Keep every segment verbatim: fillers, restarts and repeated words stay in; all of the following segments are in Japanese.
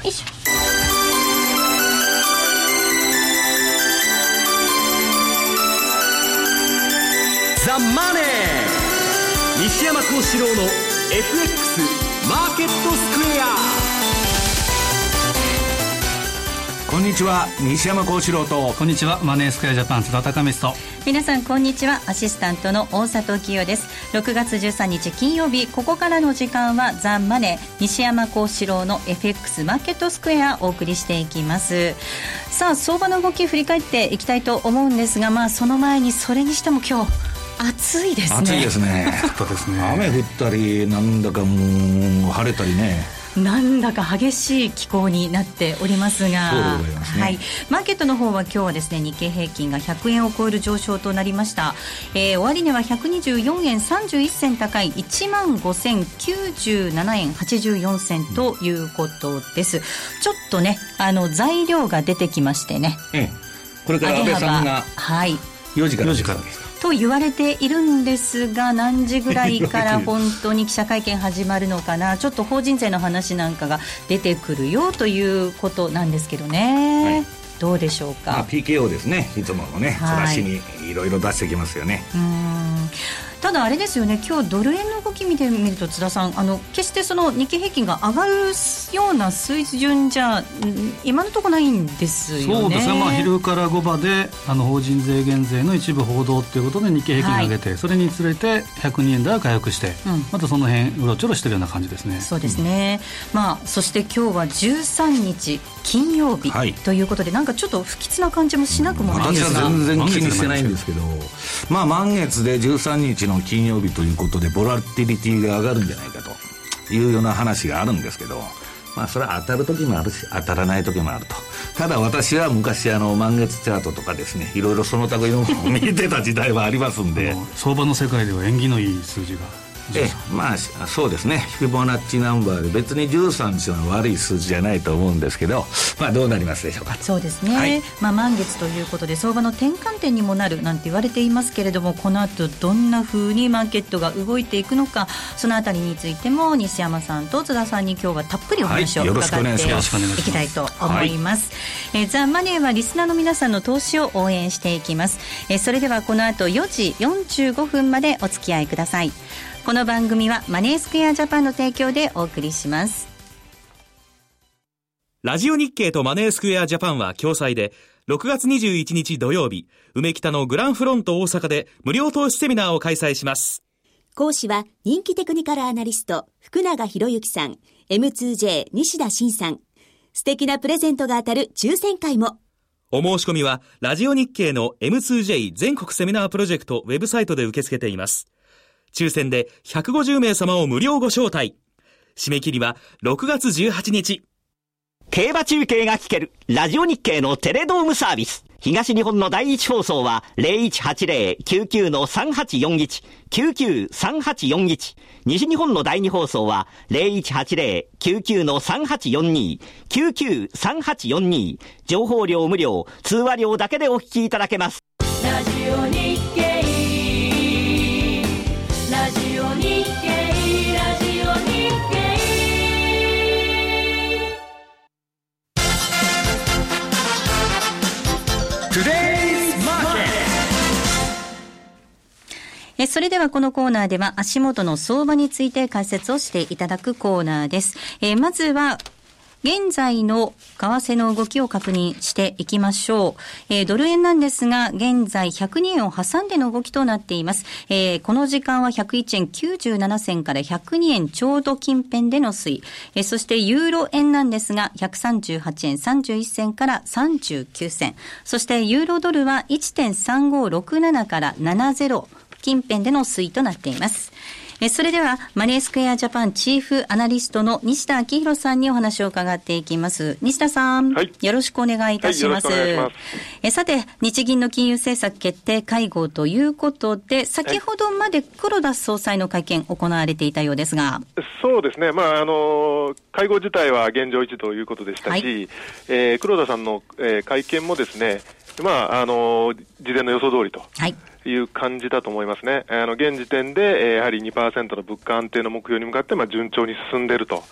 いしょ。 ザ・マネー、西山幸四郎の エフエックス マーケットスクエア。 こんにちは、西山幸四郎と。 こんにちは、マネースクエアジャパン津田貴光と。 皆さんこんにちは、アシスタントの大里清です。ろくがつじゅうさんにち金曜日、ここからの時間はザ・マネー、西山幸四郎の エフエックス マーケットスクエアお送りしていきます。さあ、相場の動き振り返っていきたいと思うんですが、まあその前にそれにしても今日暑いですね。 暑いですね。 そうですね。 雨降ったりなんだかもう晴れたりね、 なんだか激しい気候になっておりますが、 そうでございますね。 はい、マーケットの方は今日はですね、日経平均がひゃくえんを超える上昇となりました。えー、終値はひゃくにじゅうよんえんさんじゅういっせん高い いちまんごせんきゅうじゅうななえんはちじゅうよんせんということです。ちょっとね、あの材料が出てきましてね、 ええ、これから安倍さんがよじからですかと言われているんですが、何時ぐらいから本当に記者会見始まるのかなちょっと法人税の話なんかが出てくるよということなんですけどね、はい、どうでしょうか。 まあ、ピーケーオー ですね、いつものね、 はい、 話にいろいろ出してきますよね。 うーん、ただあれですよね、今日ドル円の動き見てみると津田さん、あの決してその日経平均が上がるような水準じゃ今のところないんですよね。 そうですね、まあ、昼からごばであの法人税減税の一部報道ということで日経平均が上げて、はい、それにつれてひゃくにえん台を回復して、うん、またその辺うろちょろしてるような感じですね。 そうですね、うん、まあ、そして今日はじゅうさんにち金曜日、はい、ということでなんかちょっと不吉な感じもしなくもないですが、 私は全然気にしてないんですけど、まあ満月でじゅうさんにちの金曜日ということでボラティリティが上がるんじゃないかというような話があるんですけど、まあそれは当たる時もあるし当たらない時もあると。ただ私は昔あの満月チャートとかですね、いろいろその類のを見てた時代はありますんで相場の世界では縁起のいい数字が、 ええ、まあそうですね、フィボナッチナンバーで別にじゅうさんにちの悪い数字じゃないと思うんですけど、まあどうなりますでしょうか。 そうですね、はい、まあ、満月ということで相場の転換点にもなるなんて言われていますけれども、この後どんな風にマーケットが動いていくのか、そのあたりについても西山さんと津田さんに今日はたっぷりお話を伺っていきたいと思います。はい、えー、ザ・マネーはリスナーの皆さんの投資を応援していきます。えー、それではこの後よじよんじゅうごふんまでお付き合いください。この番組はマネースクエアジャパンの提供でお送りします。 ラジオ日経とマネースクエアジャパンは共催で、ろくがつにじゅういちにち土曜日、梅北のグランフロント大阪で無料投資セミナーを開催します。 講師は人気テクニカルアナリスト福永博之さん、 エムツージェー 西田慎さん。素敵なプレゼントが当たる抽選会も。 お申し込みはラジオ日経の エムツージェー 全国セミナープロジェクトウェブサイトで受け付けています。抽選でひゃくごじゅうめいさまを無料ご招待。締め切りはろくがつじゅうはちにち。 競馬中継が聞けるラジオ日経のテレドームサービス。東日本の第一放送は ゼロいちはちゼロ きゅうきゅう さんはちよんいち きゅうきゅう さんはちよんいち。西日本の第二放送は ゼロいちはちゼロ きゅうきゅう さんはちよんに きゅうきゅう さんはちよんに。情報量無料、通話料だけでお聞きいただけます。 ラジオ日経、ラジオ日経、ラジオ日経。 えそれではこのコーナーでは足元の相場について解説をしていただくコーナーです。えまずは現在の為替の動きを確認していきましょう。えー、ドル円なんですが、現在ひゃくにえんを挟んでの動きとなっています。えー、この時間はひゃくいちえんきゅうじゅうななせんからひゃくにえんちょうど近辺での推移。えー、そしてユーロ円なんですが、ひゃくさんじゅうはちえんさんじゅういっせんからさんじゅうきゅうせん。そしてユーロドルは いってんさんごろくなな からななじゅう近辺での推移となっています。えそれではマネースクエアジャパンチーフアナリストの西田明宏さんにお話を伺っていきます。西田さん、はい、よろしくお願いいたします。はい、よろしくお願いします。えさて、日銀の金融政策決定会合ということで、先ほどまで黒田総裁の会見行われていたようですが、 そうですね、まあ、あの会合自体は現状維持ということでしたし、はい、えー、黒田さんの、えー、会見もですね、まあ、あの事前の予想通りと、はい、いう感じだと思いますね。あの現時点で、えー、やはり にパーセント の物価安定の目標に向かって、まあ、順調に進んでいると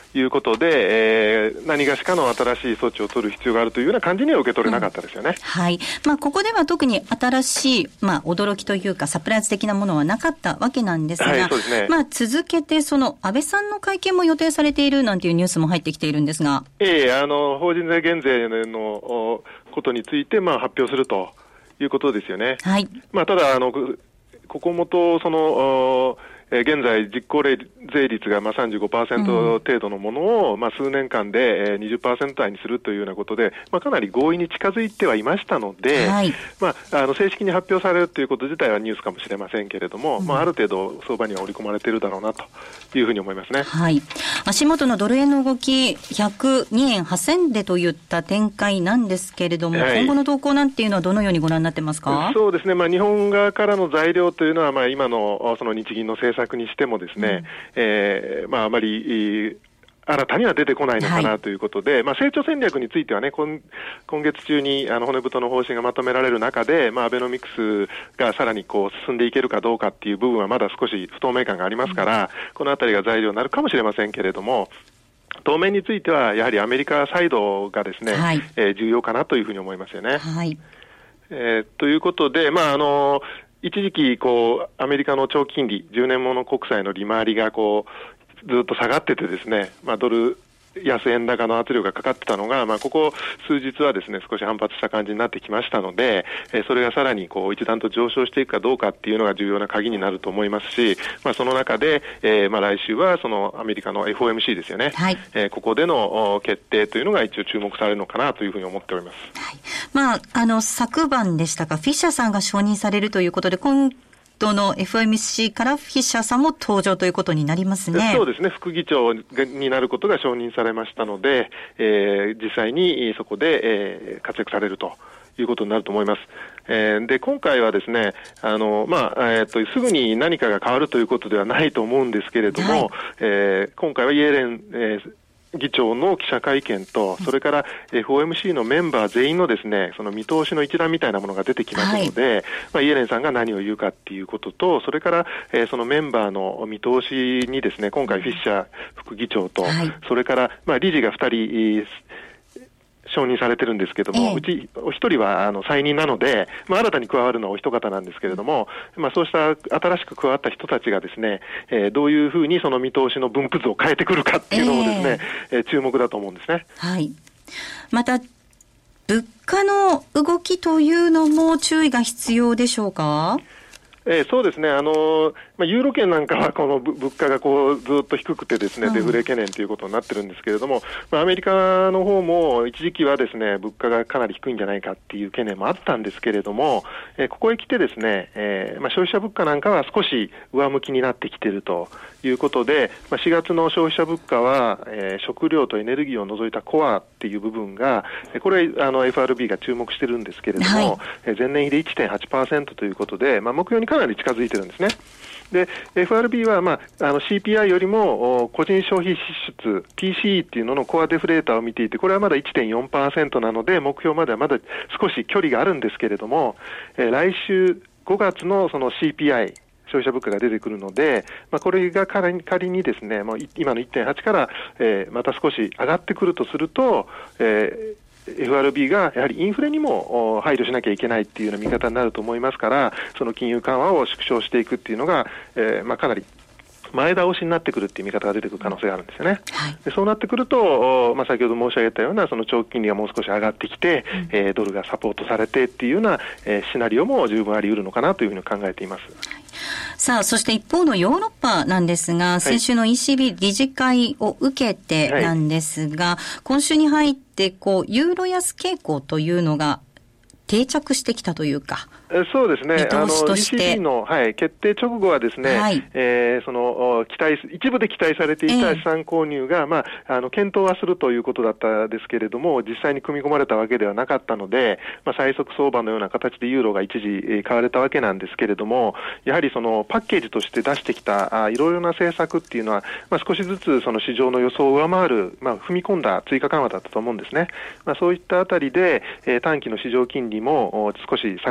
いうことで、えー、何がしかの新しい措置を取る必要があるというような感じには受け取れなかったですよね。 うん、はい。まあ、ここでは特に新しい、まあ、驚きというか、サプライズ的なものはなかったわけなんですが、はい、そうですね。まあ、続けて、その、安倍さんの会見も予定されているなんていうニュースも入ってきているんですが。 ええー、あの、法人税減税のことについて、まあ、発表するということですよね。はい。まあ、ただ、あの、ここもと、その、えー、現在実効税率がまあ さんじゅうごパーセント 程度のものを、うん、まあ数年間で にじゅっパーセント 台にするというようなことで、まあかなり合意に近づいてはいましたので、はい、まああの正式に発表されるということ自体はニュースかもしれませんけれども、うん、まあある程度相場には織り込まれているだろうなというふうに思いますね。 はい。足元のドル円の動きひゃくにえんはっせんでといった展開なんですけれども、はい、今後の動向なんていうのはどのようにご覧になってますか？ そうですね。まあ日本側からの材料というのはまあ今のその日銀の政策にしてもですね、ね、えー、まああまり新たには出てこないのかなということで、はい、まあ成長戦略についてはね、今, 今月中にあの骨太の方針がまとめられる中で、まあアベノミクスがさらにこう進んでいけるかどうかっていう部分はまだ少し不透明感がありますから、うん、このあたりが材料になるかもしれませんけれども、当面についてはやはりアメリカサイドがですね、はい、えー、重要かなというふうに思いますよね。はい。えー、ということで、まああの一時期こうアメリカの長期金利じゅうねんもの国債の利回りがこうずっと下がっててですね、まあドル安円高の圧力がかかってたのが、まあここ数日はですね少し反発した感じになってきましたので、えー、それがさらにこう一段と上昇していくかどうかっていうのが重要な鍵になると思いますし、まあその中で、えー、まあ来週はそのアメリカの エフオーエムシー ですよね、はい、えー、ここでの決定というのが一応注目されるのかなというふうに思っております。 はい、まああの昨晩でしたか、フィッシャーさんが承認されるということで、今度の エフオーエムシー からフィッシャーさんも登場ということになりますね。 そうですね。副議長になることが承認されましたので、えー、実際にそこで、えー、活躍されるということになると思います。えー、で、今回はですね、あの、まあ、えー、っと、すぐに何かが変わるということではないと思うんですけれども、はい、えー、今回はイエレン、えー議長の記者会見と、それから エフオーエムシー のメンバー全員のですね、その見通しの一覧みたいなものが出てきますので、はい、まあ、イエレンさんが何を言うかっていうことと、それから、えー、そのメンバーの見通しにですね、今回フィッシャー副議長と、はい、それから、まあ、理事がふたり、承認されてるんですけども、ええ、うちお一人はあの再任なので、まあ、新たに加わるのはお一方なんですけれども、まあ、そうした新しく加わった人たちがですね、えー、どういうふうにその見通しの分布図を変えてくるかっていうのもですね、えーえー、注目だと思うんですね。 はい。また物価の動きというのも注意が必要でしょうか？ えー、そうですね。あのー、まあ、ユーロ圏なんかはこの物価がこうずっと低くてですね、デフレ懸念ということになってるんですけれども、まあ、アメリカの方も一時期はですね、物価がかなり低いんじゃないかっていう懸念もあったんですけれども、えー、ここへ来てですね、えー、まあ、消費者物価なんかは少し上向きになってきているということで、まあ、しがつの消費者物価は、えー、食料とエネルギーを除いたコアっていう部分が、これあの エフアールビー が注目してるんですけれども、はい、えー、前年比で いってんはちパーセント ということで、まあ、目標にかなり近づいてるんですね。で、エフアールビー は、まあ、あの シーピーアイ よりも個人消費支出 ピーシーイー っていうののコアデフレーターを見ていて、これはまだ いってんよんパーセント なので、目標まではまだ少し距離があるんですけれども、えー、来週ごがつのその シーピーアイ、消費者物価が出てくるので、まあ、これが仮に、仮にですね、もう今の いってんはち から、えー、また少し上がってくるとすると、えーエフアールビー がやはりインフレにも配慮しなきゃいけないっていうような見方になると思いますから、その金融緩和を縮小していくっていうのが、えーまあ、かなり前倒しになってくるっていう見方が出てくる可能性があるんですよね。はい、でそうなってくると、まあ、先ほど申し上げたようなその長期金利がもう少し上がってきて、うん、えー、ドルがサポートされてっていうような、えー、シナリオも十分あり得るのかなというふうに考えています。はい、 さあ、そして一方のヨーロッパなんですが、はい、先週の イーシービー 理事会を受けてなんですが、はい、今週に入ってこうユーロ安傾向というのが定着してきたというか、 そうですね。 見通しとして、 あの イーシービー の、はい、決定直後はですね、はい、えー、その期待一部で期待されていた資産購入が、えー、まああの検討はするということだったですけれども、実際に組み込まれたわけではなかったので、まあ最速相場のような形でユーロが一時買われたわけなんですけれども、やはりそのパッケージとして出してきたあいろいろな政策っていうのは、まあ少しずつその市場の予想を上回る、まあ踏み込んだ追加緩和だったと思うんですね。まあそういったあたりで、えー、短期の市場金利も少し下がってきまし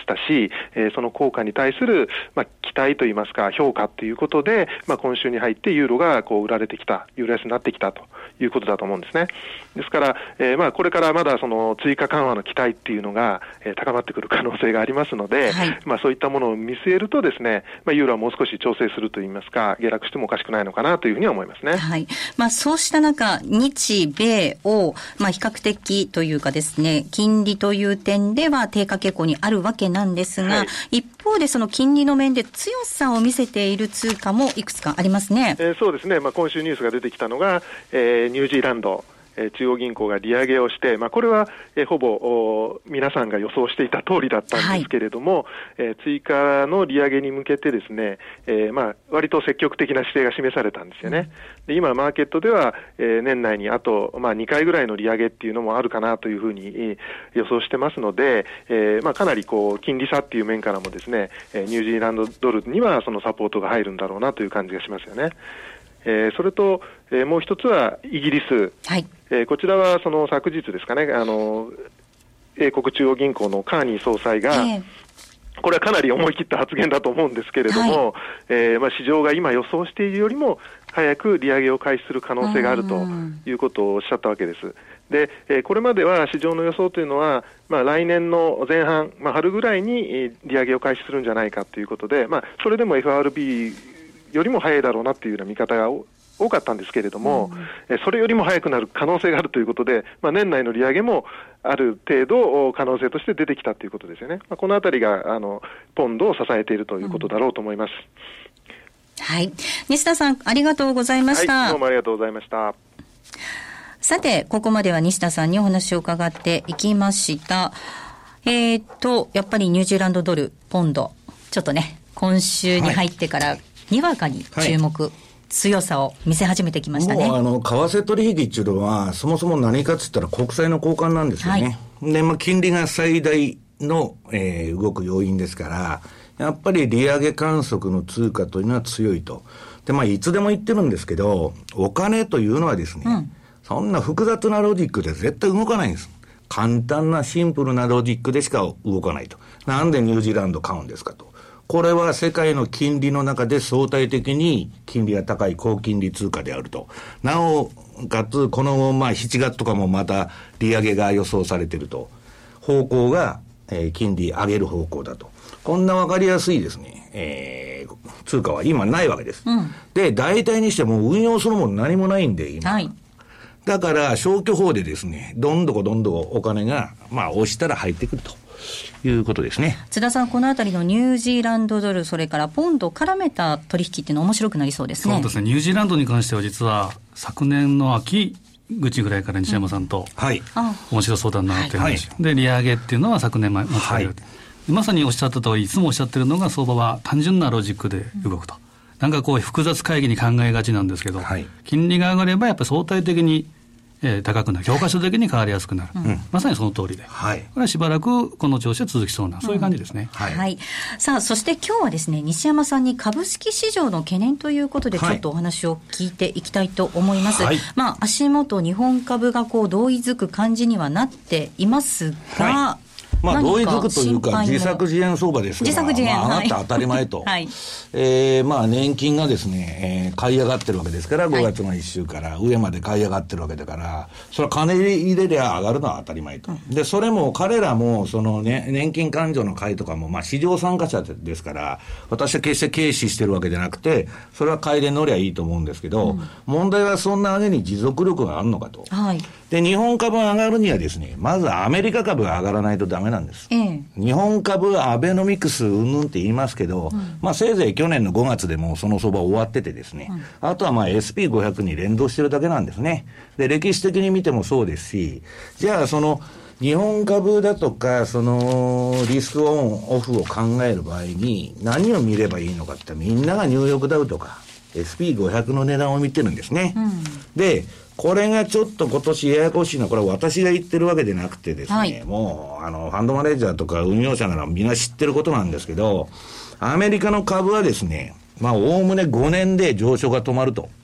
したし、えー、その効果に対する、まあ、期待といいますか評価ということで、まあ、今週に入ってユーロがこう売られてきた、ユーロ安になってきたということだと思うんですね。ですから、えー、まあこれからまだその追加緩和の期待っていうのが、えー、高まってくる可能性がありますので、はい、まあそういったものを見据えるとですね、まあ、ユーロはもう少し調整するといいますか下落してもおかしくないのかなというふうには思いますね。 はい。まあそうした中、日米をまあ比較的というかですね、金利という点では低下傾向にあるわけなんですが、はい、一方でその金利の面で強さを見せている通貨もいくつかありますね。 えー、そうですね。まあ今週ニュースが出てきたのが、えー、ニュージーランド。中央銀行が利上げをして、まあ、これは、えー、ほぼ皆さんが予想していた通りだったんですけれども、はい、えー、追加の利上げに向けてですね、えー、まあ割と積極的な姿勢が示されたんですよね。で今マーケットでは、えー、年内にあと、まあ、にかいぐらいの利上げっていうのもあるかなというふうに、えー、予想してますので、えーまあ、かなりこう金利差っていう面からもですね、えー、ニュージーランドドルにはそのサポートが入るんだろうなという感じがしますよね。えー、それと、えー、もう一つはイギリス、はい、えー、こちらはその昨日ですかね、あの英国中央銀行のカーニー総裁が、えー、これはかなり思い切った発言だと思うんですけれども、はい、えーまあ、市場が今予想しているよりも早く利上げを開始する可能性があるということをおっしゃったわけです。で、えー、これまでは市場の予想というのは、まあ、来年の前半、まあ、春ぐらいに利上げを開始するんじゃないかということで、まあ、それでも エフアールビーよりも早いだろうなというような見方が多かったんですけれども、うん、それよりも早くなる可能性があるということで、まあ、年内の利上げもある程度可能性として出てきたということですよね。まあ、このあたりがあのポンドを支えているということだろうと思います。 うん、はい。西田さん、ありがとうございました。 はい、どうもありがとうございました。 さて、ここまでは西田さんにお話を伺っていきました。えーと、やっぱりニュージーランドドル、ポンド、ちょっとね、今週に入ってから、はい、にわかに注目、はい、強さを見せ始めてきましたね。 もうあの為替取引っていうのはそもそも何かって言ったら国債の交換なんですよね。はい、で、まあ、金利が最大の、えー、動く要因ですからやっぱり利上げ観測の通貨というのは強いと。で、まあ、いつでも言ってるんですけどお金というのはですね、うん、そんな複雑なロジックで絶対動かないんです。簡単なシンプルなロジックでしか動かないと。なんでニュージーランド買うんですかと。これは世界の金利の中で相対的に金利が高い高金利通貨であると。なおかつ、このまあしちがつとかもまた利上げが予想されていると。方向が、えー、金利上げる方向だと。こんなわかりやすいですね、えー、通貨は今ないわけです。うん、で、大体にしても運用するもの何もないんで、今。はい、だから消去法でですね、どんどこどんどこお金が、まあ押したら入ってくると。いうことですね。 津田さん、このあたりのニュージーランドドル、それからポンドを絡めた取引っていうのは面白くなりそうですね。 そうですね。ニュージーランドに関しては実は昨年の秋口ぐらいから西山さんと、うん、はい、面白そうだなという話、はい、で利上げっていうのは昨年末から、はい、まさにおっしゃった通りいつもおっしゃってるのが相場は単純なロジックで動くと、うん、なんかこう複雑会議に考えがちなんですけど、はい、金利が上がればやっぱり相対的にえー、高くなる、教科書的に変わりやすくなる、うん、まさにその通りで、はい、これはしばらくこの調子は続きそうな、そういう感じですね。 うん、はい、はい、さあ、そして今日はですね、西山さんに株式市場の懸念ということで、ちょっとお話を聞いていきたいと思います。はい、まあ、足元、日本株がこう同意づく感じにはなっていますが、はい、 まあ、同意づくというか自作自演相場ですから、 自作自演、 まあ、上がって当たり前と、はい、えー、まあ年金がですね、えー、買い上がってるわけですから、ごがつのいっ週から上まで買い上がってるわけだから、それは金入れりゃ上がるのは当たり前と、うん、でそれも彼らもその、ね、年金勘定の買いとかも、まあ、市場参加者ですから、私は決して軽視してるわけじゃなくて、それは買いで乗りゃいいと思うんですけど、うん、問題はそんな上げに持続力があるのかと、はい、で日本株が上がるにはですね、まずアメリカ株が上がらないとダメなんです。ええ、日本株はアベノミクスうんぬんって言いますけど、うん、まあせいぜい去年のごがつでもうその相場終わっててですね、うん、あとはまあ エスピーごひゃく に連動してるだけなんですね。で、歴史的に見てもそうですし、じゃあその日本株だとかそのリスクオンオフを考える場合に何を見ればいいのかってみんながニューヨークダウとか エスピーごひゃく の値段を見てるんですね。うん、でこれがちょっと今年ややこしいのは、これは私が言ってるわけでなくてですね、はい、もうあのファンドマネージャーとか運用者ならみんな知ってることなんですけど、アメリカの株はですね、まあおおむねごねんで上昇が止まると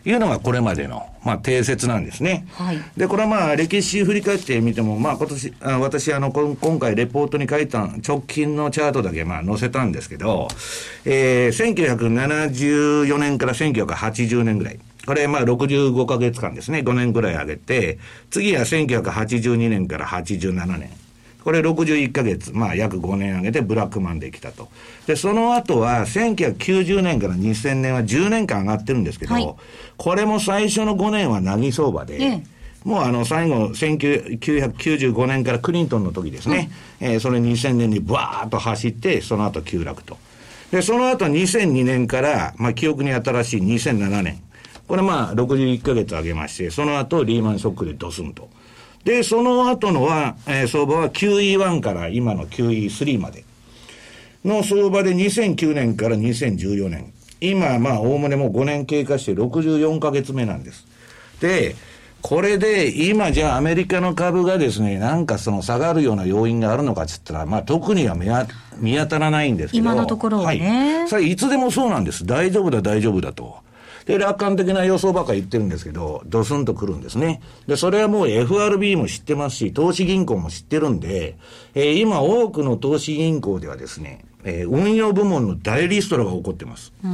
いうのがこれまでの、まあ、定説なんですね。 はい。 で、これはまあ、歴史振り返ってみても、まあ、今年、あ私、あの、今回レポートに書いた直近のチャートだけ、まあ、載せたんですけど、えー、せんきゅうひゃくななじゅうよねんからせんきゅうひゃくはちじゅうねんぐらい。これ、まあ、ろくじゅうごかげつかんですね。ごねんぐらい上げて、次はせんきゅうひゃくはちじゅうにねんからはちじゅうななねん。これろくじゅういっかげつ、まあ約ごねん上げてブラックマンデー来たと。で、その後はせんきゅうひゃくきゅうじゅうねんからにせんねんはじゅうねんかん上がってるんですけど、はい、これも最初のごねんは凪相場で、ね、もうあの最後、せんきゅうひゃくきゅうじゅうごねんからクリントンの時ですね、うん、えー、それにせんねんにバーッと走って、その後急落と。で、その後にせんにねんから、まあ記憶に新しいにせんななねん。これまあろくじゅういっかげつ上げまして、その後リーマンショックでドスンと。で、その後のは、えー、相場は キューイーワン から今の キューイースリー までの相場でにせんきゅうねんからにせんじゅうよねん。今、まあ、おおむねもうごねん経過してろくじゅうよんかげつめなんです。で、これで今じゃあアメリカの株がですね、なんかその下がるような要因があるのかって言ったら、まあ特には見あ見当たらないんですけど。 今のところはね。 はい。それいつでもそうなんです。大丈夫だ、大丈夫だと。で、楽観的な予想ばっかり言ってるんですけど、ドスンと来るんですね。で、それはもう エフアールビー も知ってますし、投資銀行も知ってるんで、えー、今多くの投資銀行ではですね、えー、運用部門の大リストラが起こってます。うん、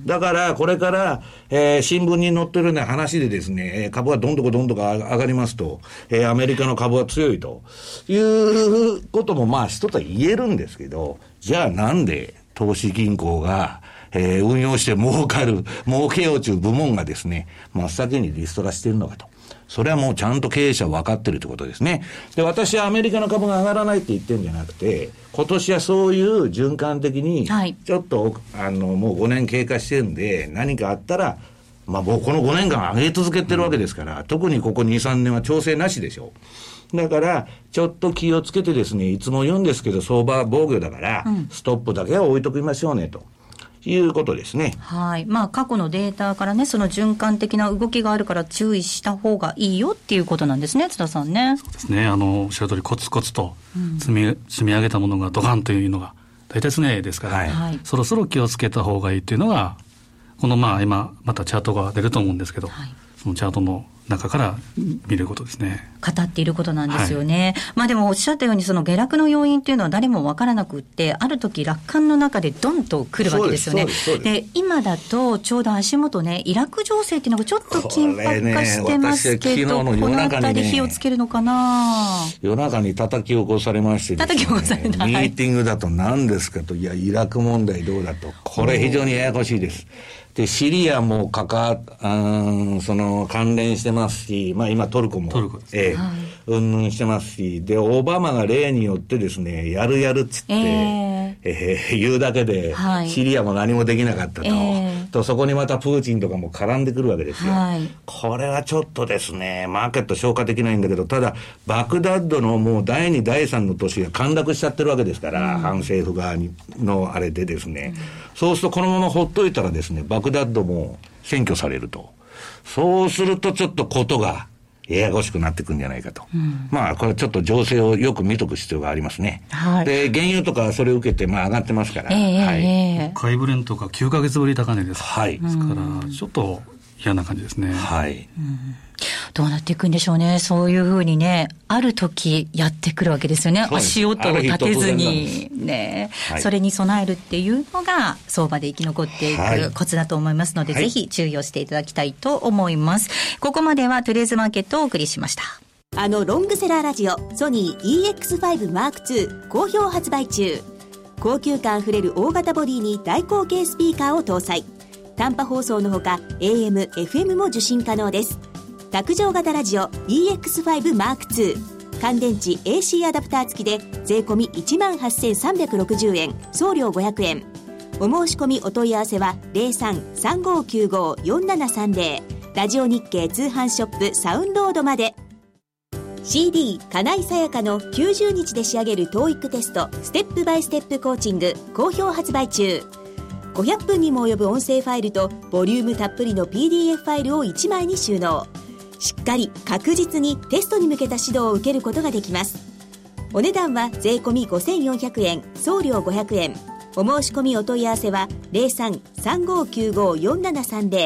だから、これから、えー、新聞に載ってるような話でですね、株はどんどこどんどこ上がりますと、えー、アメリカの株は強いということもまあ一つは言えるんですけど、じゃあなんで投資銀行が、えー、運用して儲かる、儲けようという部門がですね、真っ先にリストラしているのかと。それはもうちゃんと経営者は分かってるということですね。で、私はアメリカの株が上がらないって言ってるんじゃなくて、今年はそういう循環的に、ちょっと、はい、あの、もうごねん経過してるんで、何かあったら、まあもうこのごねんかん上げ続けてるわけですから、うん、特にここに、さんねんは調整なしでしょう。だから、ちょっと気をつけてですね、いつも言うんですけど、相場は防御だから、うん、ストップだけは置いときましょうねと。いうことですね。 はい。まあ、過去のデータからね、その循環的な動きがあるから注意した方がいいよっていうことなんですね、津田さんね。 そうですね。あの、おっしゃる通りコツコツと積み、うん、積み上げたものがドカンというのが大体常ですから、はい、そろそろ気をつけた方がいいっていうのが、このまあ今、またチャートが出ると思うんですけど、はい、そのチャートの中から見ることですね。 語っていることなんですよね。はい、まあでもおっしゃったようにその下落の要因っていうのは誰もわからなくって、ある時楽観の中でドンと来るわけですよね。で、今だとちょうど足元ね、イラク情勢っていうのがちょっと緊迫化してますけど、こ, ね、このあたり火をつけるのかな。 夜中に叩き起こされましてですね、 叩き起こされた、 ミーティングだと何ですかと、いやイラク問題どうだと、これ非常にややこしいです。で、シリアもかか、あその関連してますし、まあ今トルコも、 トルコです、 ええ、はい、うんぬんしてますし、で、オバマが例によってですね、やるやるっつって、えーえー、言うだけで、はい、シリアも何もできなかったと、えー、と、そこにまたプーチンとかも絡んでくるわけですよ。はい、これはちょっとですね、マーケット消化できないんだけど、ただ、バグダッドのもうだいに、だいさんの都市が陥落しちゃってるわけですから、うん、反政府側にのあれでですね、うん、そうするとこのままほっといたらですね、バグダッドも占拠されると。そうするとちょっとことがややこしくなってくるんじゃないかと。うん、まあこれちょっと情勢をよく見とく必要がありますね。はい、で、原油とかそれを受けてまあ上がってますから。 えーはいえー、 海ブレントがきゅうかげつぶり高値です。はい。ですから、ちょっと嫌な感じですね。 はい。 うん、どうなっていくんでしょうね。そういうふうにね、ある時やってくるわけですよね。足音を立てずにね、はい、それに備えるっていうのが相場で生き残っていくコツだと思いますので、はい、ぜひ注意をしていただきたいと思います。ここまではトゥデイズマーケットをお送りしました。 あのロングセラーラジオソニー イーエックスファイブマークツー 好評発売中。高級感あふれる大型ボディに大口径スピーカーを搭載。短波放送のほか エーエム、エフエム も受信可能です。卓上型ラジオ イーエックスファイブマークツー 乾電池 エーシー アダプター付きで税込み いちまんはっせんさんびゃくろくじゅうえん、送料ごひゃくえん。お申し込みお問い合わせは ゼロさん さんごきゅうご よんななさんゼロ ラジオ日経通販ショップサウンロードまで。 シーディー 金井さやかのきゅうじゅうにちで仕上げる トーイック テストステップバイステップコーチング好評発売中。ごひゃっぷんにも及ぶ音声ファイルとボリュームたっぷりの ピーディーエフ ファイルをいちまいに収納。しっかり確実にテストに向けた指導を受けることができます。お値段は税込みごせんよんひゃくえん、送料ごひゃくえん。お申し込みお問い合わせは ゼロさん さんごきゅうご よんななさんゼロ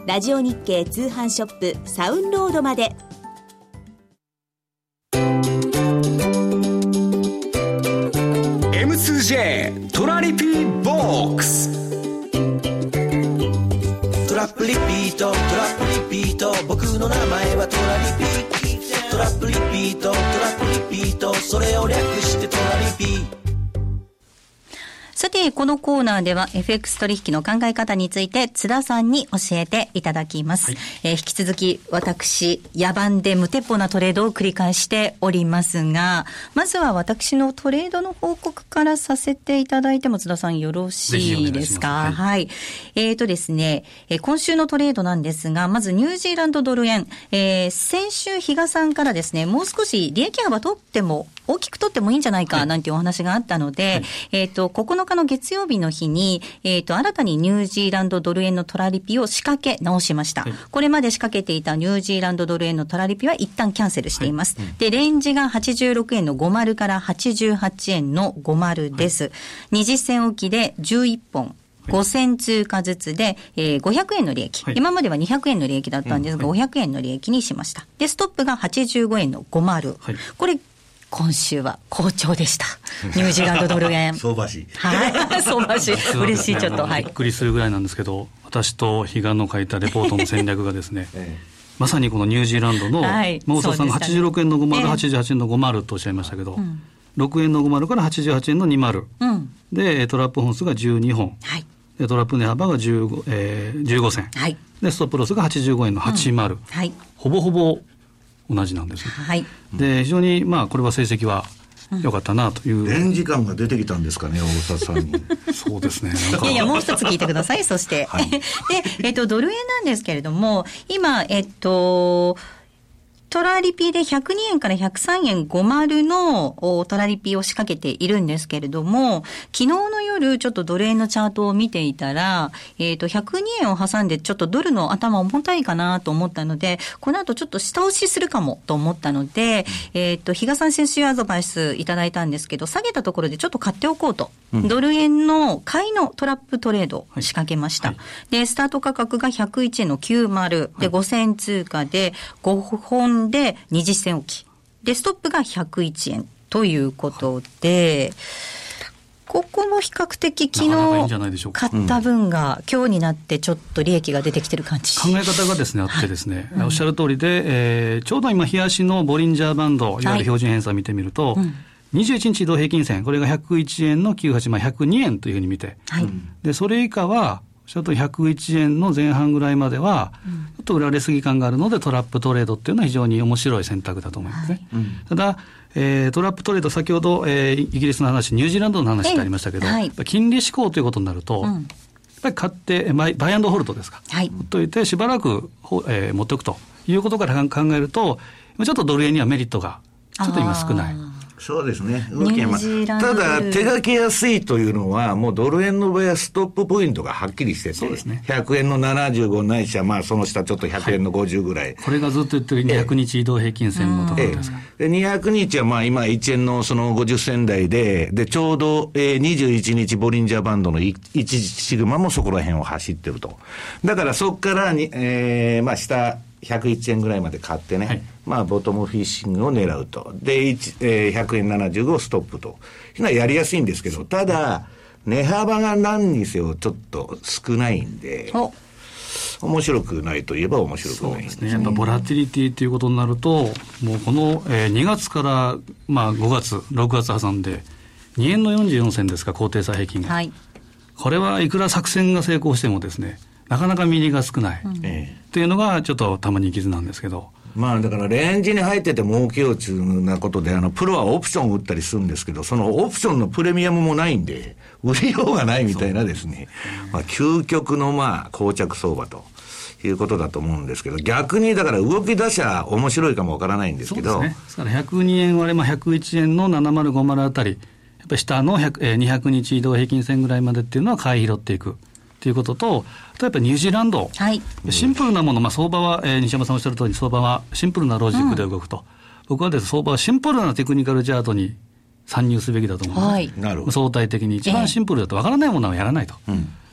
ラジオ日経通販ショップサウンロードまで。 エムツージェー トラリピーボックス。 トラップリピートトラップリピート、僕の名前はトラリピートラップリピートトラップリピート、それを略してトラリピー。 さて、このコーナーでは エフエックス 取引の考え方について津田さんに教えていただきます。はい、えー、引き続き私、野蛮で無鉄砲なトレードを繰り返しておりますが、まずは私のトレードの報告からさせていただいても津田さんよろしいですか？はい、はい。えーとですね、えー、今週のトレードなんですが、まずニュージーランドドル円、えー、先週比嘉さんからですね、もう少し利益幅取っても大きく取ってもいいんじゃないかなんていうお話があったので、はい、えっと、ここのかの月曜日の日に、えっと、新たにニュージーランドドル円のトラリピを仕掛け直しました。はい、これまで仕掛けていたニュージーランドドル円のトラリピは一旦キャンセルしています。はい、うん、で、レンジがはちじゅうろくえんのごじゅうからはちじゅうはちえんのごじゅうです。はい、にじゅっせんおきでじゅういっぽん。ごせん通貨ずつで、えー、ごひゃくえんの利益、はい。今まではにひゃくえんの利益だったんですが、うん、はい、ごひゃくえんの利益にしました。で、ストップがはちじゅうごえんのごじゅう。はい、これ、今週は好調でした。ニュージーランドドル円。 相場師。 はい。相場師。嬉しい、ちょっと。はい。 びっくりするぐらいなんですけど、私と比嘉の書いたレポートの戦略がですね、ええ、まさにこのニュージーランドの、はい、大沢さんがはちじゅうろくえんのごじゅう、はちじゅうはちえんのごじゅうとおっしゃいましたけど、うん、ろくえんのごじゅうからはちじゅうはちえんのにじゅう。うん、で、トラップ本数がじゅうにほん。はい。で、トラップ値幅がじゅうご、えー、じゅうごせん。はい。で、ストップロスがはちじゅうごえんのはちじゅう。うん、はい。ほぼほぼ同じなんですね。はい。で、非常に、まあ、これは成績は、よかったなという。 レンジ感が出てきたんですかね、大沢さんに。 そうですね。 いやいや、もう一つ聞いてください。そして。はい、で、えっと、ドル円なんですけれども、今、えっと、トラリピでひゃくにえんからひゃくさんえんごじゅうのトラリピを仕掛けているんですけれども、昨日の夜ちょっとドル円のチャートを見ていたら、えっと、ひゃくにえんを挟んでちょっとドルの頭重たいかなと思ったので、この後ちょっと下押しするかもと思ったので、えっと、比嘉さん先週アドバイスいただいたんですけど、下げたところでちょっと買っておこうと。うん、ドル円の買いのトラップトレードを仕掛けました。はいはい、で、スタート価格がひゃくいちえんのきゅうじゅう。で、ごせん通貨でごほんでにじゅっせんおき。で、ストップがひゃくいちえんということで、ここも比較的昨日買った分が今日になってちょっと利益が出てきてる感じ。 考え方がですね、あってですね、はい、おっしゃる通りで、えー、ちょうど今、日足のボリンジャーバンド、いわゆる標準偏差を見てみると、はい、うん、にじゅういちにち移動平均線、これがひゃくいちえんのきゅうじゅうはち、まあ、ひゃくにえんというふうに見て、はい、でそれ以下は、ちょっとひゃくいちえんの前半ぐらいまでは、うん、ちょっと売られすぎ感があるので、トラップトレードっていうのは非常に面白い選択だと思いますね。はい、うん、ただ、えー、トラップトレード、先ほど、えー、イギリスの話、ニュージーランドの話ってありましたけど、はい、金利志向ということになると、うん、やっぱり買って、バイ、バイアンドホールドですか、はい、ほっといて、しばらく、えー、持っておくということから考えると、ちょっとドル円にはメリットがちょっと今少ない。 そうですね。動きはただ手がけやすいというのは、もうドル円の場合はストップポイントがはっきりしてて、そうですね、ひゃくえんのななじゅうごないしは、まあその下ちょっとひゃくえんのごじゅうぐらい。はい、 これがずっと言ってるにひゃくにち移動平均線のところですか。 ええ、でにひゃくにちはまあ今いちえんのそのごじゅっせん台で、でちょうど、えー、にじゅういちにちボリンジャーバンドのいちシグマもそこら辺を走ってると。だからそこからに、えー、まあ下、ひゃくいちえんぐらいまで買ってね、はい、まあボトムフィッシングを狙うと。で、えー、ひゃくえんななじゅうごをストップと。いうのはやりやすいんですけど、ただ、値幅が何にせよちょっと少ないんで、面白くないといえば面白くないんですね。そうですね。 やっぱボラティリティということになると、もうこの、えー、にがつから、まあ、ごがつ、ろくがつ挟んで、にえんのよんじゅうよんせんですか、高低差平均が。はい、これはいくら作戦が成功してもですね、なかなか身利が少ない、うん、というのがちょっとたまに傷なんですけど、 まあだからレンジに入ってて儲けようというなことで、あのプロはオプションを打ったりするんですけど、そのオプションのプレミアムもないんで売りようがないみたいなですね、まあ究極のまあ膠着相場ということだと思うんですけど、逆にだから動き出しゃ面白いかもわからないんですけど、 そうですね、ですからひゃくにえん割れ、まあ、ひゃくいちえんのななまるごまるあたり、やっぱり下のにひゃくにち移動平均線ぐらいまでっていうのは買い拾っていくということと、例えばニュージーランド、はい、シンプルなもの、まあ、相場は、えー、西山さんおっしゃる通り、相場はシンプルなロジックで動くと、うん、僕はですね、相場はシンプルなテクニカルチャートに参入すべきだと思うんです、はい、相対的に一番シンプルだと分からないものはやらないと、えー、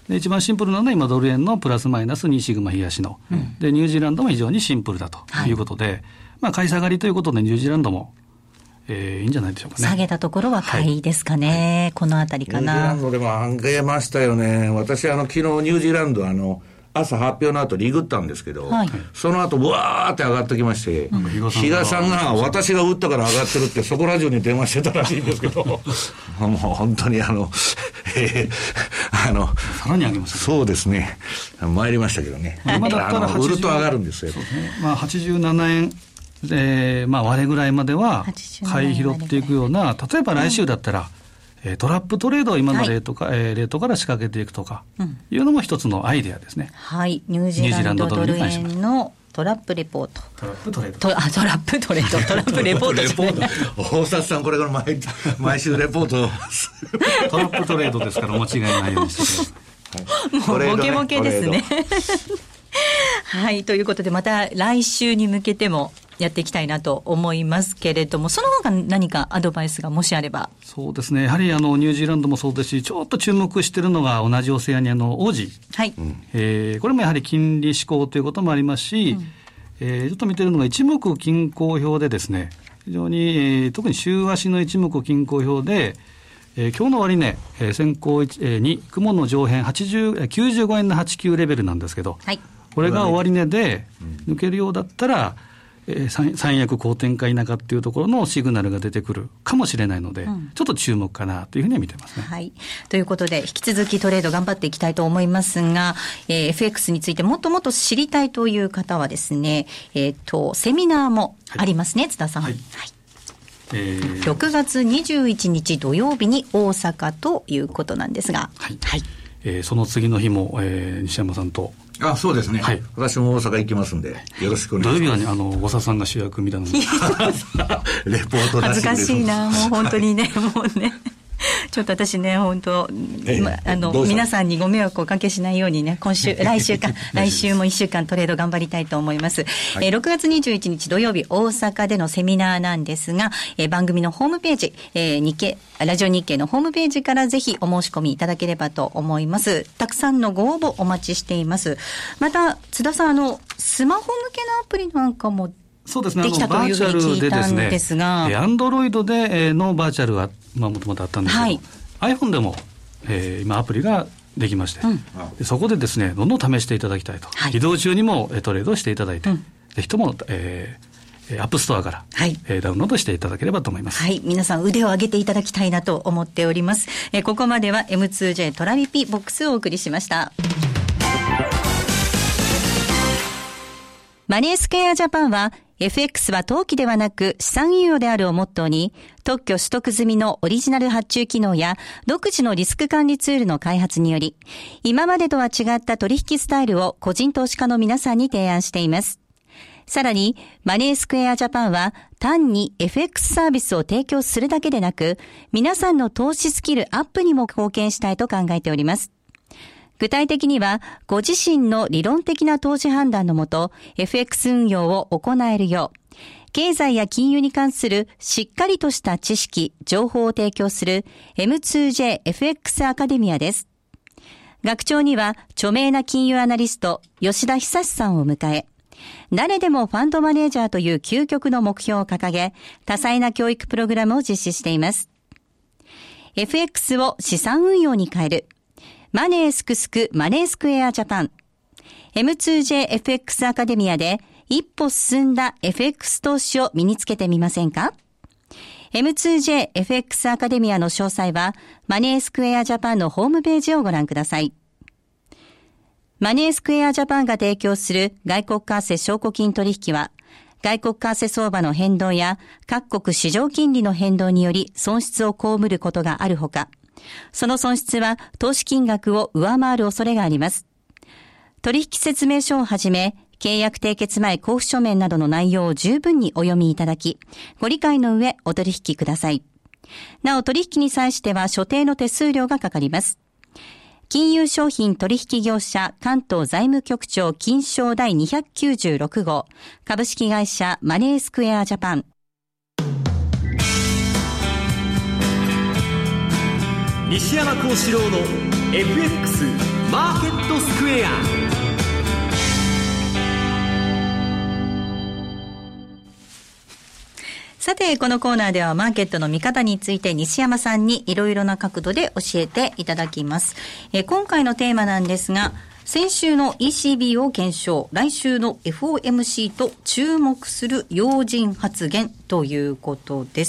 で一番シンプルなのは今ドル円のプラスマイナスにシグマ東の、うん、でニュージーランドも非常にシンプルだということで、はい、まあ、買い下がりということでニュージーランドも、えー、いいんじゃないでしょうかね。 下げたところは買いですかね、はい、このあたりかな。 ニュージーランドでも上げましたよね。私あの昨日ニュージーランドあの朝発表の後リグったんですけど、はい、その後わーって上がってきまして、うん、比嘉さんが私が打ったから上がってるってそこラジオに電話してたらしいんですけどもう本当にあの、えー、あのさらに上げました、ね、 そうですね、参りましたけどね、 今だったら売ると上がるんですよ。 そうですね、まあ、はちじゅうななえん、えーまあ、割れぐらいまでは買い拾っていくような、例えば来週だったら、うんトラップトレードを今のレートか、はい、えー、レートから仕掛けていくとかいうのも一つのアイデアですね。 はい、ニュージーランドドル円のトラップレポート。 トラップトレード。 トあトラップトレード。トラップレポートじゃない。 大札さんこれから 毎, 毎週レポートトラップトレードですから間違いないようにしてください。 もうボケボケですね。はい、ということでまた来週に向けてもやっていきたいなと思いますけれども、その他何かアドバイスがもしあれば。 そうですね、やはりあのニュージーランドもそうですし、ちょっと注目しているのが同じオセアニアのオージー、はい、えー、これもやはり金利志向ということもありますし、うん、えー、ちょっと見ているのが一目均衡表でですね、非常に、えー、特に週足の一目均衡表で、えー、今日の終値、えー、先行いち、えー、に雲の上辺はちじゅう、きゅうじゅうごえんのはちじゅうきゅうレベルなんですけど、はい、これが終値で抜けるようだったら、えー、三役好転か否かっていうところのシグナルが出てくるかもしれないので、うん、ちょっと注目かなというふうには見てますね。 はい、ということで引き続きトレード頑張っていきたいと思いますが、えー、エフエックス についてもっともっと知りたいという方はですね、えー、とセミナーもありますね、はい、津田さん、はいはい、えー、ろくがつにじゅういちにち土曜日に大阪ということなんですが、 はいはい、えー、その次の日も、えー、西山さんとあ、そうですね、はい、私も大阪行きますんでよろしくお願いします。 土曜日は、ね、あの小佐さんが主役みたいなレポート恥ずかしいな、もう本当にねもうねちょっと私ね本当、ええ、ま、あの皆さんにご迷惑をおかけしないようにね、今週来週か来週もいっしゅうかんトレード頑張りたいと思います、はい、えー、ろくがつにじゅういちにち土曜日大阪でのセミナーなんですが、えー、番組のホームページ、えー、日経ラジオ日経のホームページからぜひお申し込みいただければと思います。たくさんのご応募お待ちしています。また津田さん、あのスマホ向けのアプリなんかもそうですね、 できたというふうに聞いたんですが、 アンドロイドでのバーチャルはもともとあったんですけど、はい、iPhone でも、えー、今アプリができまして、うん、でそこでですねどんどん試していただきたいと、はい、移動中にもトレードしていただいて、うん、ぜひとも、えー、アップストアから、はい、えー、ダウンロードしていただければと思います。 はい、皆さん腕を上げていただきたいなと思っております。えー、ここまでは エムツージェー トラリピボックスをお送りしました。マネースクエアジャパンはエフエックス は投機ではなく資産運用であるをモットーに、特許取得済みのオリジナル発注機能や独自のリスク管理ツールの開発により、今までとは違った取引スタイルを個人投資家の皆さんに提案しています。さらに、マネースクエアジャパンは単に エフエックス サービスを提供するだけでなく、皆さんの投資スキルアップにも貢献したいと考えております。具体的には、ご自身の理論的な投資判断のもと、エフエックス 運用を行えるよう、経済や金融に関するしっかりとした知識、情報を提供する エムツージェーエフエックス アカデミアです。学長には、著名な金融アナリスト、吉田久さんを迎え、誰でもファンドマネージャーという究極の目標を掲げ、多彩な教育プログラムを実施しています。エフエックス を資産運用に変える。マネースクスクマネースクエアジャパン エムツージェーエフエックス アカデミアで一歩進んだ エフエックス 投資を身につけてみませんか？ エムツージェーエフエックス アカデミアの詳細はマネースクエアジャパンのホームページをご覧ください。マネースクエアジャパンが提供する外国為替証拠金取引は外国為替相場の変動や各国市場金利の変動により損失を被ることがあるほか、その損失は投資金額を上回る恐れがあります。取引説明書をはじめ、契約締結前交付書面などの内容を十分にお読みいただき、ご理解の上お取引ください。なお取引に際しては所定の手数料がかかります。金融商品取引業者関東財務局長金商第にひゃくきゅうじゅうろく号株式会社マネースクエアジャパン。 西山幸四郎の エフエックス ママーケットスクエア。 さて、このコーナーではマーケットの見方について西山さんにいろいろな角度で教えていただきます。えー、今回のテーマなんですが、先週の イーシービー を検証、来週の エフオーエムシー と注目する要人発言ということです。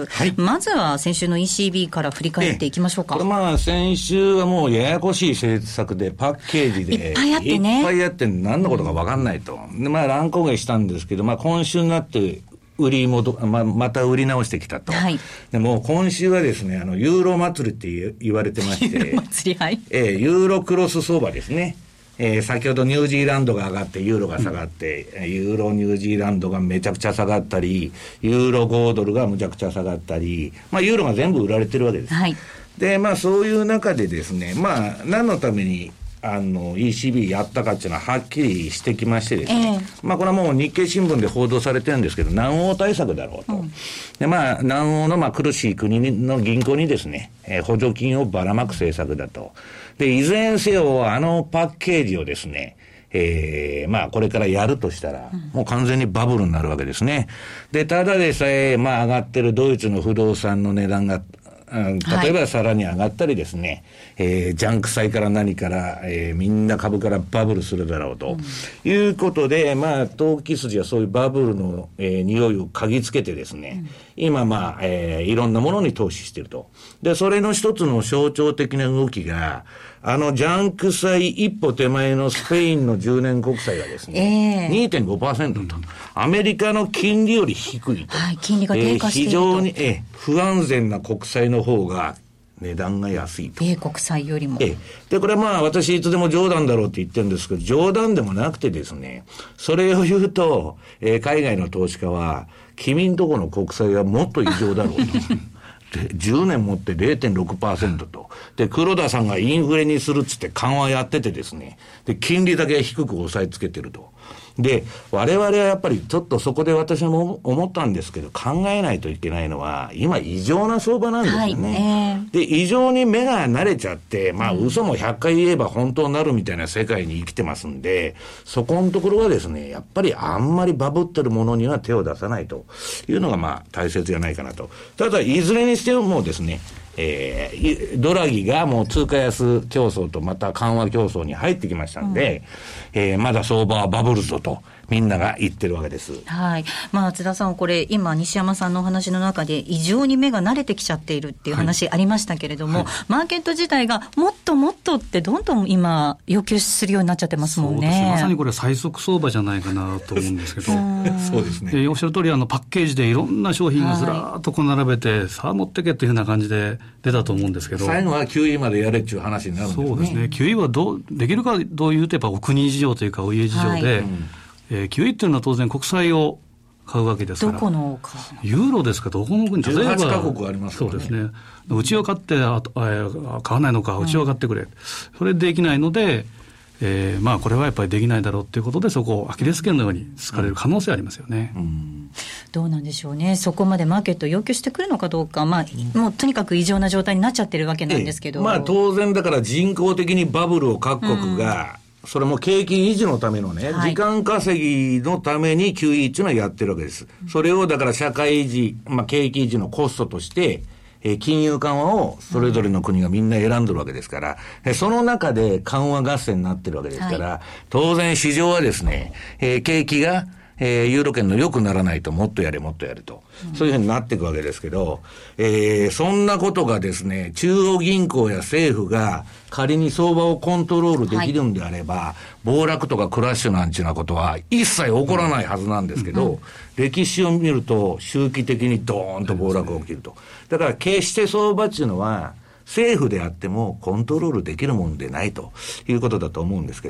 はい、まずは先週の イーシービー から振り返っていきましょうか。 これまあ先週はもうややこしい政策でパッケージでいっぱいあってね。 いっぱいあって何のことか分かんないと。でまあ乱高下したんですけど、まあ今週になって売り戻、ま、また売り直してきたと。はい。でも今週はですね、あの、ユーロ祭りって言われてまして。ユーロ祭り、はい。 えー、ユーロクロス相場ですね。えー、先ほどニュージーランドが上がってユーロが下がって、うん、ユーロニュージーランドがめちゃくちゃ下がったり、ユーロごドルがむちゃくちゃ下がったり、まあユーロが全部売られてるわけです。はい。で、まあそういう中でですね、まあ何のためにあの イーシービー やったかっていうのははっきりしてきましてですね、えー、まあこれはもう日経新聞で報道されてるんですけど、南欧対策だろうと、うん、でまあ南欧のまあ苦しい国の銀行にですね、えー、補助金をばらまく政策だと。でいずれにせよあのパッケージをですね、えー、まあこれからやるとしたら、うん、もう完全にバブルになるわけですね。でただでさえまあ上がってるドイツの不動産の値段が例えばさらに上がったりですね、はい、えー、ジャンク債から何から、えー、みんな株からバブルするだろうと、うん、いうことで、まあ投機筋はそういうバブルの、えー、匂いを嗅ぎつけてですね、うん、今まあ、えー、いろんなものに投資していると。でそれの一つの象徴的な動きが、あのジャンク債一歩手前のスペインのじゅうねん国債がですね、えー、にてんごパーセント と、アメリカの金利より低いと、 はい、金利が低下していると、 えー、非常に、えー、不安全な国債の方が値段が安いと。 米国債よりも。 えー、でこれはまあ私いつでも冗談だろうって言ってるんですけど、冗談でもなくてですね、それを言うと、えー、海外の投資家は君んとこの国債はもっと異常だろうと。じゅうねんもって れいてんろくパーセント と。で、黒田さんがインフレにするっつって緩和やっててですね。で、金利だけ低く押さえつけてると。で、我々はやっぱりちょっとそこで私も思ったんですけど、考えないといけないのは、今異常な相場なんですよね。はいえー、で、異常に目が慣れちゃって、まあ、うん、嘘もひゃっかい言えば本当になるみたいな世界に生きてますんで、そこのところはですね、やっぱりあんまりバブってるものには手を出さないというのがまあ大切じゃないかなと。ただ、いずれにしてもですね、えー、ドラギがもう通貨安競争とまた緩和競争に入ってきましたんで、うん、えー、まだ相場はバブルぞとみんなが言ってるわけです。 はい。まあ津田さん、これ今西山さんのお話の中で異常に目が慣れてきちゃっているっていう話ありましたけれども、はいはい、マーケット自体がもっともっとってどんどん今要求するようになっちゃってますもんね。 そうですね。まさにこれ最速相場じゃないかなと思うんですけど。 そうですね。 でおっしゃる通りあのパッケージでいろんな商品がずらーっとこう並べて、はい、さあ持ってけっていうふうな感じで出たと思うんですけど、 最後は キューイー までやれっていう話になるんですね。 そうですね。キューイー はどうできるかどういうとやっぱお国事情というかお家事情で、はい、うん、えー、キューイー っていうのは当然国債を買うわけですから。 どこのか。 ユーロですか、どこの国、例えばじゅうはちカ国ありますからね。 そうですね。うちを買ってあ、えー、買わないのか、うちを買ってくれ、うん、それできないので、えー、まあこれはやっぱりできないだろうということで、そこをアキレス腱のように突かれる可能性ありますよね。うんうん、 どうなんでしょうね。そこまでマーケットを要求してくるのかどうか、まあ、うん、もうとにかく異常な状態になっちゃってるわけなんですけど、 ええ、まあ当然だから人工的にバブルを各国が、うん、それも景気維持のためのね、はい、時間稼ぎのために キューイー っていうのはやってるわけです。それをだから社会維持、まあ景気維持のコストとして、えー、金融緩和をそれぞれの国がみんな選んでるわけですから、うん、その中で緩和合戦になってるわけですから、はい、当然市場はですね、えー、景気がえー、ユーロ圏の良くならないともっとやれもっとやれと、うん、そういうふうになっていくわけですけど、えー、そんなことがですね、中央銀行や政府が仮に相場をコントロールできるんであれば、はい、暴落とかクラッシュなんていうようなことは一切起こらないはずなんですけど、うんうん、歴史を見ると周期的にドーンと暴落が起きると。だから決して相場っていうのは政府であってもコントロールできるもんでないということだと思うんですけど、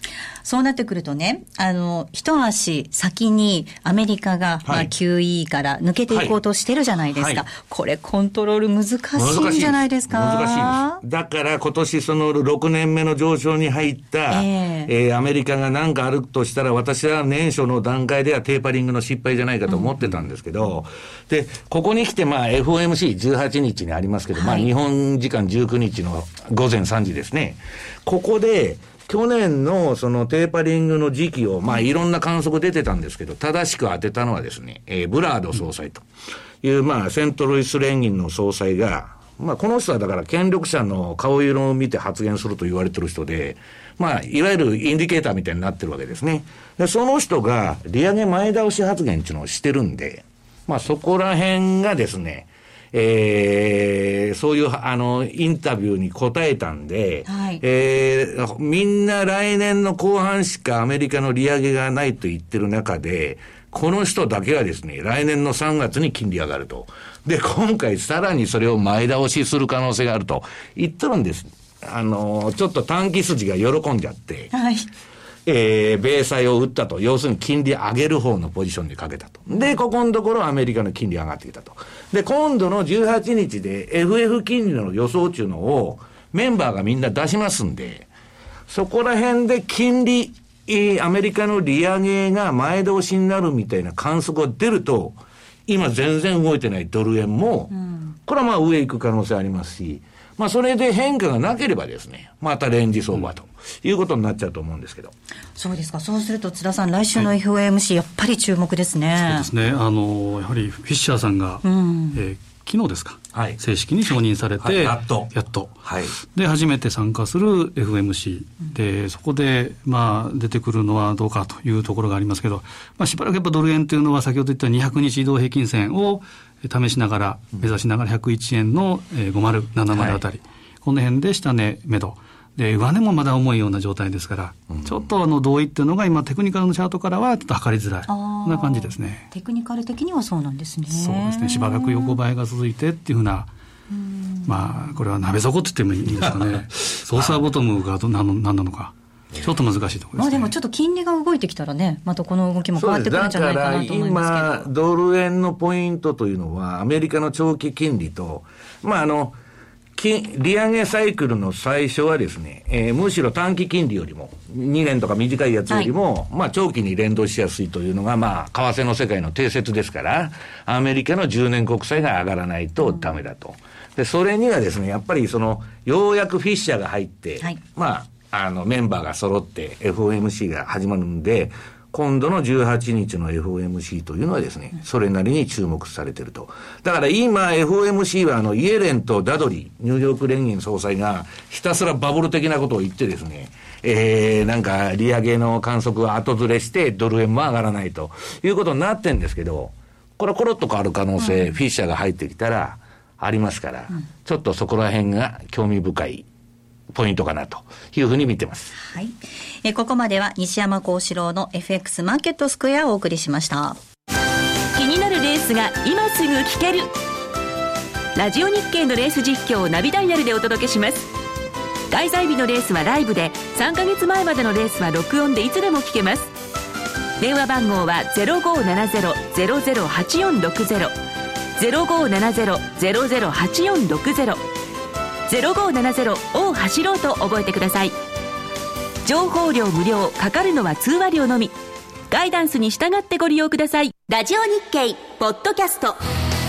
そうなってくるとね、あの、一足先にアメリカが、はい、まあ、キューイー から抜けていこうとしてるじゃないですか。はいはい、これコントロール難しいんじゃないですか。 難しいです。難しいです。だから今年そのろくねんめの上昇に入った、えーえー、アメリカが何かあるとしたら、私は年初の段階ではテーパリングの失敗じゃないかと思ってたんですけど、うん、で、ここに来てまあ エフオーエムシーじゅうはちにちにありますけど、はい、まあ日本時間じゅうくにちの午前さんじですね。ここで、去年のそのテーパリングの時期を、まあいろんな観測出てたんですけど、正しく当てたのはですね、えー、ブラード総裁という、まあセントルイス連銀の総裁が、まあこの人はだから権力者の顔色を見て発言すると言われてる人で、まあいわゆるインディケーターみたいになってるわけですね。で、その人が利上げ前倒し発言っていうのをしてるんで、まあそこら辺がですね、えー、そういうあのインタビューに答えたんで、はい、えー、みんな来年の後半しかアメリカの利上げがないと言ってる中で、この人だけはですね、来年のさんがつに金利上がると。で、今回さらにそれを前倒しする可能性があると言ってるんです。あの、ちょっと短期筋が喜んじゃって。はい、えー、米債を打ったと。要するに金利上げる方のポジションにかけたと。で、ここのところアメリカの金利上がってきたと。で、今度のじゅうはちにちで エフエフ 金利の予想中のをメンバーがみんな出しますんで、そこら辺で金利、アメリカの利上げが前倒しになるみたいな観測が出ると、今全然動いてないドル円も、うん、これはまあ上行く可能性ありますし、まあそれで変化がなければですね、またレンジ相場ということになっちゃうと思うんですけど。 そうですか。そうすると津田さん、来週の エフオーエムシー、はい、やっぱり注目ですね。 そうですね。あの、やはりフィッシャーさんが、うん、えー昨日ですか、はい、正式に承認されて、はい、やっとやっと、はい、で初めて参加する エフオーエムシー、うん、でそこで、まあ、出てくるのはどうかというところがありますけど、まあ、しばらくやっぱドル円というのは先ほど言ったにひゃくにち移動平均線を試しながら、目指しながらひゃくいちえんのごじゅうななまであたり、はい、この辺で下値目処で、上値もまだ重いような状態ですから、うん、ちょっとあの同意っていうのが今テクニカルのチャートからはちょっと測りづらい、こんな感じですね。 テクニカル的にはそうなんですね。 そうですね。しばらく横ばいが続いてっていうふうな、まあこれは鍋底って言ってもいいんですかね。ソーサーボトムがど何なのか。ちょっと難しいところですね。 まあでもちょっと金利が動いてきたらね、またこの動きも変わってくるんじゃないかなと思いますけど。 だから今ドル円のポイントというのはアメリカの長期金利と、まああの利上げサイクルの最初はですね、えー、むしろ短期金利よりもにねんとか短いやつよりも、はい、まあ長期に連動しやすいというのがまあ為替の世界の定説ですから、アメリカのじゅうねん国債が上がらないとダメだと。でそれにはですね、やっぱりそのようやくフィッシャーが入って、はい、まああのメンバーが揃って エフオーエムシー が始まるんで、今度のじゅうはちにちの エフオーエムシー というのはですね、それなりに注目されていると。だから今 エフオーエムシー はあのイエレンとダドリー、ニューヨーク連銀総裁がひたすらバブル的なことを言ってですね、えー、なんか利上げの観測は後ずれしてドル円も上がらないということになってるんですけど、これコロッと変わる可能性、うん、フィッシャーが入ってきたらありますから、うん、ちょっとそこら辺が興味深いポイントかなというふうに見てます。 はい。えここまでは西山幸四郎の エフエックス マーケットスクエアをお送りしました。 気になるレースが今すぐ聞ける。ラジオ日経のレース実況をナビダイヤルでお届けします。開催日のレースはライブで、さんかげつまえまでのレースは録音でいつでも聞けます。電話番号は ゼロごーななゼロ ゼロゼロはちよんろくゼロ ゼロごーななゼロ ゼロゼロはちよんろくゼロ ゼロごーななゼロ を走ろうと覚えてください。情報料無料、かかるのは通話料のみ。ガイダンスに従ってご利用ください。ラジオ日経ポッドキャスト、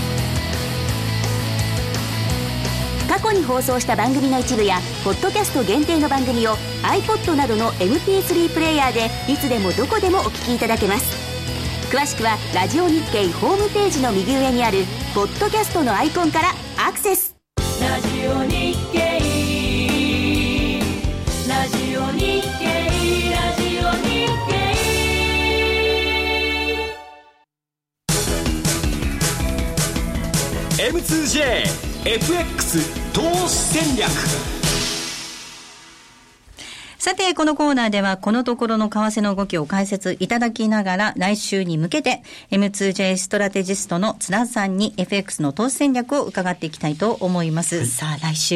過去に放送した番組の一部やポッドキャスト限定の番組を iPod などの エムピースリー プレイヤーでいつでもどこでもお聞きいただけます。詳しくはラジオ日経ホームページの右上にあるポッドキャストのアイコンからアクセス。ラジオ日経、ラジオ日経、ラジオ日経。 エムツージェー エフエックス 投資戦略。 さて、このコーナーではこのところの為替の動きを解説いただきながら、来週に向けて エムツージェー ストラテジストの津田さんに エフエックス の投資戦略を伺っていきたいと思います。はい、さあ来週は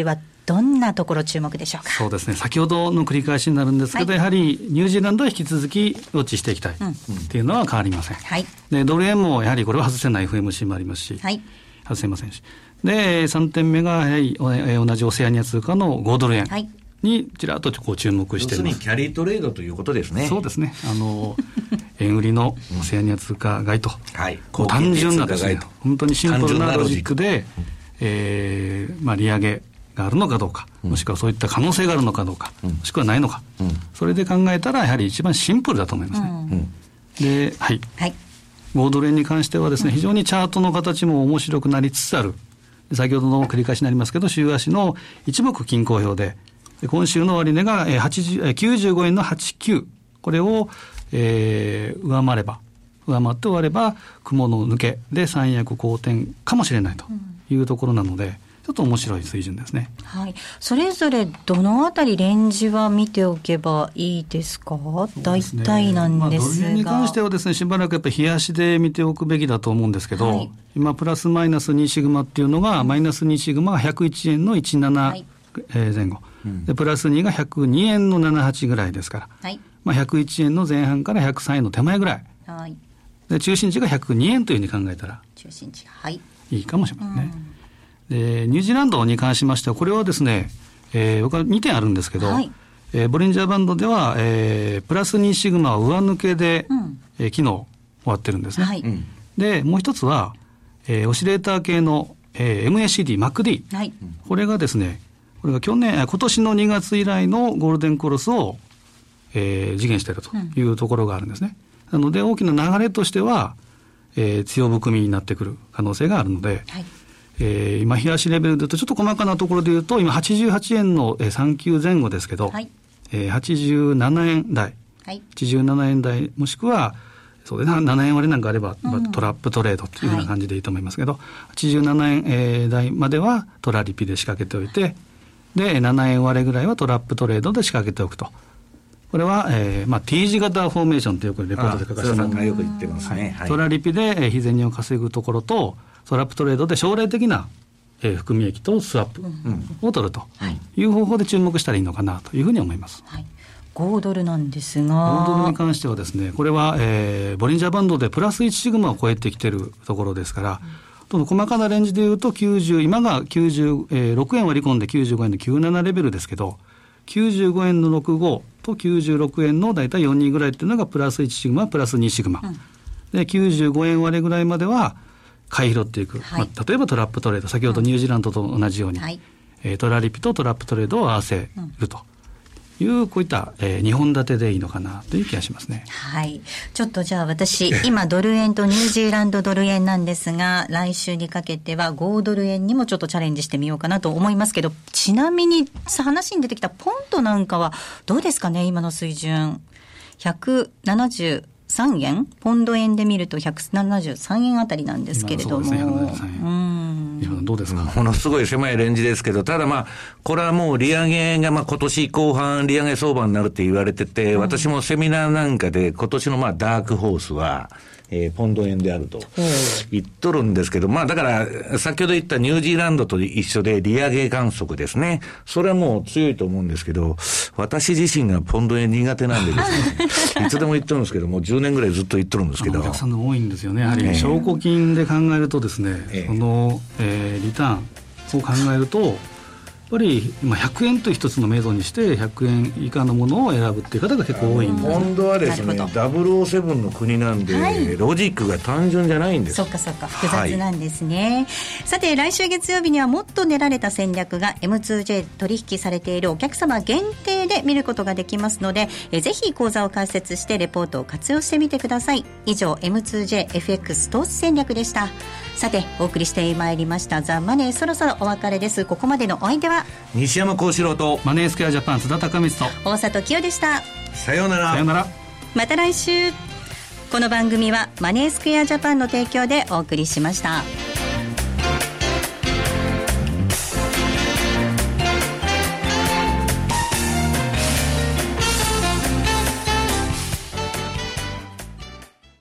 どんなところ注目でしょうか。 そうですね、先ほどの繰り返しになるんですけど、はい、やはりニュージーランドは引き続きウォッチしていきたいっていうのは変わりません、はい、でドル円もやはりこれは外せない エフエムシー もありますし、はい、外せませんし、でさんてんめがやはり同じオセアニア通貨のごドル円にちらっとこう注目しています。 要するにキャリートレードということですね。 そうですね、あの円売りのオセアニア通貨買いと、はい、こう単純なですね、本当にシンプルなロジックで、えーまあ、利上げがあるのかどうか、もしくはそういった可能性があるのかどうか、うん、もしくはないのか、うん、それで考えたらやはり一番シンプルだと思いますね、うん、で、はい、はい、ごドル円に関してはですね、非常にチャートの形も面白くなりつつある。先ほどの繰り返しになりますけど、週足の一目均衡表で、今週の終値がきゅうじゅうごえんのはちじゅうきゅう、これを、えー、上回れば上回って終われば雲の抜けで三役好転かもしれないというところなので、ちょっと面白い水準ですね、 はい、それぞれどのあたりレンジは見ておけばいいですか。大体なんですが、まあ、ドル円に関してはですね、しばらくやっぱり冷やしで見ておくべきだと思うんですけど、はい、今プラスマイナスにシグマっていうのが、マイナスにシグマがひゃくいちえんのじゅうなな、はい、えー、前後、うん、でプラスにがひゃくにえんのななじゅうはちぐらいですから、はい、まあ、ひゃくいちえんの前半からひゃくさんえんの手前ぐらい、はい、で中心値がひゃくにえんというふうに考えたら中心値が、はい、 いいかもしれませんね、うん、でニュージーランドに関しましてはこれはですね、えー、僕はにてんあるんですけど、はい、えー、ボリンジャーバンドでは、えー、プラスにシグマは上抜けで、うん、えー、昨日終わってるんですね、はい、でもう一つは、えー、オシレーター系の、えー、エムエーシーディー、マックディー、はい、これがですね、これが去年、今年のにがつ以来のゴールデンクロスを、えー、実現しているというところがあるんですね、うん、なので大きな流れとしては、えー、強含みになってくる可能性があるので、はい、えー、今冷やしレベルで言うとちょっと細かなところで言うと今はちじゅうはちえんのさん級前後ですけど、はい、えー、はちじゅうななえん台、はい、はちじゅうななえん台もしくはそうでななえん割れなんかあれば、うん、トラップトレードというような感じでいいと思いますけど、はい、はちじゅうななえん台まではトラリピで仕掛けておいて、でななえん割れぐらいはトラップトレードで仕掛けておくと。これは、えーまあ、T 字型フォーメーションというレポートで書かせてもらって、 よく言ってますね、はい、 トラリピで、えー、日銭を稼ぐところとトラップトレードで将来的な、えー、含み益とスワップを取るという方法で注目したらいいのかなというふうに思います、はい、 ごドルなんですが、 ごドルに関してはですね、これは、えー、ボリンジャーバンドでプラスいちシグマを超えてきているところですから、うん、細かなレンジでいうときゅうじゅう、今がきゅうじゅうろくえん割り込んできゅうじゅうごえんのきゅうじゅうななレベルですけど、きゅうじゅうごえんのろくじゅうごときゅうじゅうろくえんのだいたいよんじゅうにぐらいっていうのがプラスいちシグマプラスにシグマ、うん、できゅうじゅうごえん割れぐらいまでは買い拾っていく、はい、まあ、例えばトラップトレード、先ほどニュージーランドと同じように、はい、えー、トラリピとトラップトレードを合わせるという、うん、こういった、えー、にほん立てでいいのかなという気がしますね。 はい、ちょっとじゃあ私今ドル円とニュージーランドドル円なんですが、来週にかけてはごドル円にもちょっとチャレンジしてみようかなと思いますけど、ちなみに話に出てきたポンドなんかはどうですかね、今の水準ひゃくななじゅうさんえん、ポンド円で見るとひゃくななじゅうさんえんあたりなんですけれども、 どうですか。 ものすごい狭いレンジですけど、ただまあこれはもう利上げがまあ今年後半利上げ相場になるって言われてて、うん、私もセミナーなんかで今年のまあダークホースはえー、ポンド円であると言っとるんですけど、まあだから先ほど言ったニュージーランドと一緒で利上げ観測ですね。それはもう強いと思うんですけど、私自身がポンド円苦手なんでですねいつでも言ってるんですけど、もうじゅうねんぐらいずっと言っとるんですけど、 お客さんの多いんですよね。やはり証拠金で考えるとですね、えー、その、えー、リターンを考えるとやっぱり今ひゃくえんという一つの目処にしてひゃくえん以下のものを選ぶっていう方が結構多いんです。 今度はですねダブルオーセブンの国なんで、はい、ロジックが単純じゃないんです。 そっかそっか、複雑なんですね、はい、さて来週月曜日にはもっと練られた戦略が エムツージェー 取引されているお客様限定で見ることができますので、えぜひ講座を開設してレポートを活用してみてください。以上 エムツージェーエフエックス 投資戦略でした。さてお送りしてまいりましたザ・マネー、そろそろお別れです。ここまでのお相手は西山幸四郎とマネースクエアジャパン津田貴光と大里清でした。 さようなら。 さようなら。 また来週。この番組はマネースクエアジャパンの提供でお送りしました。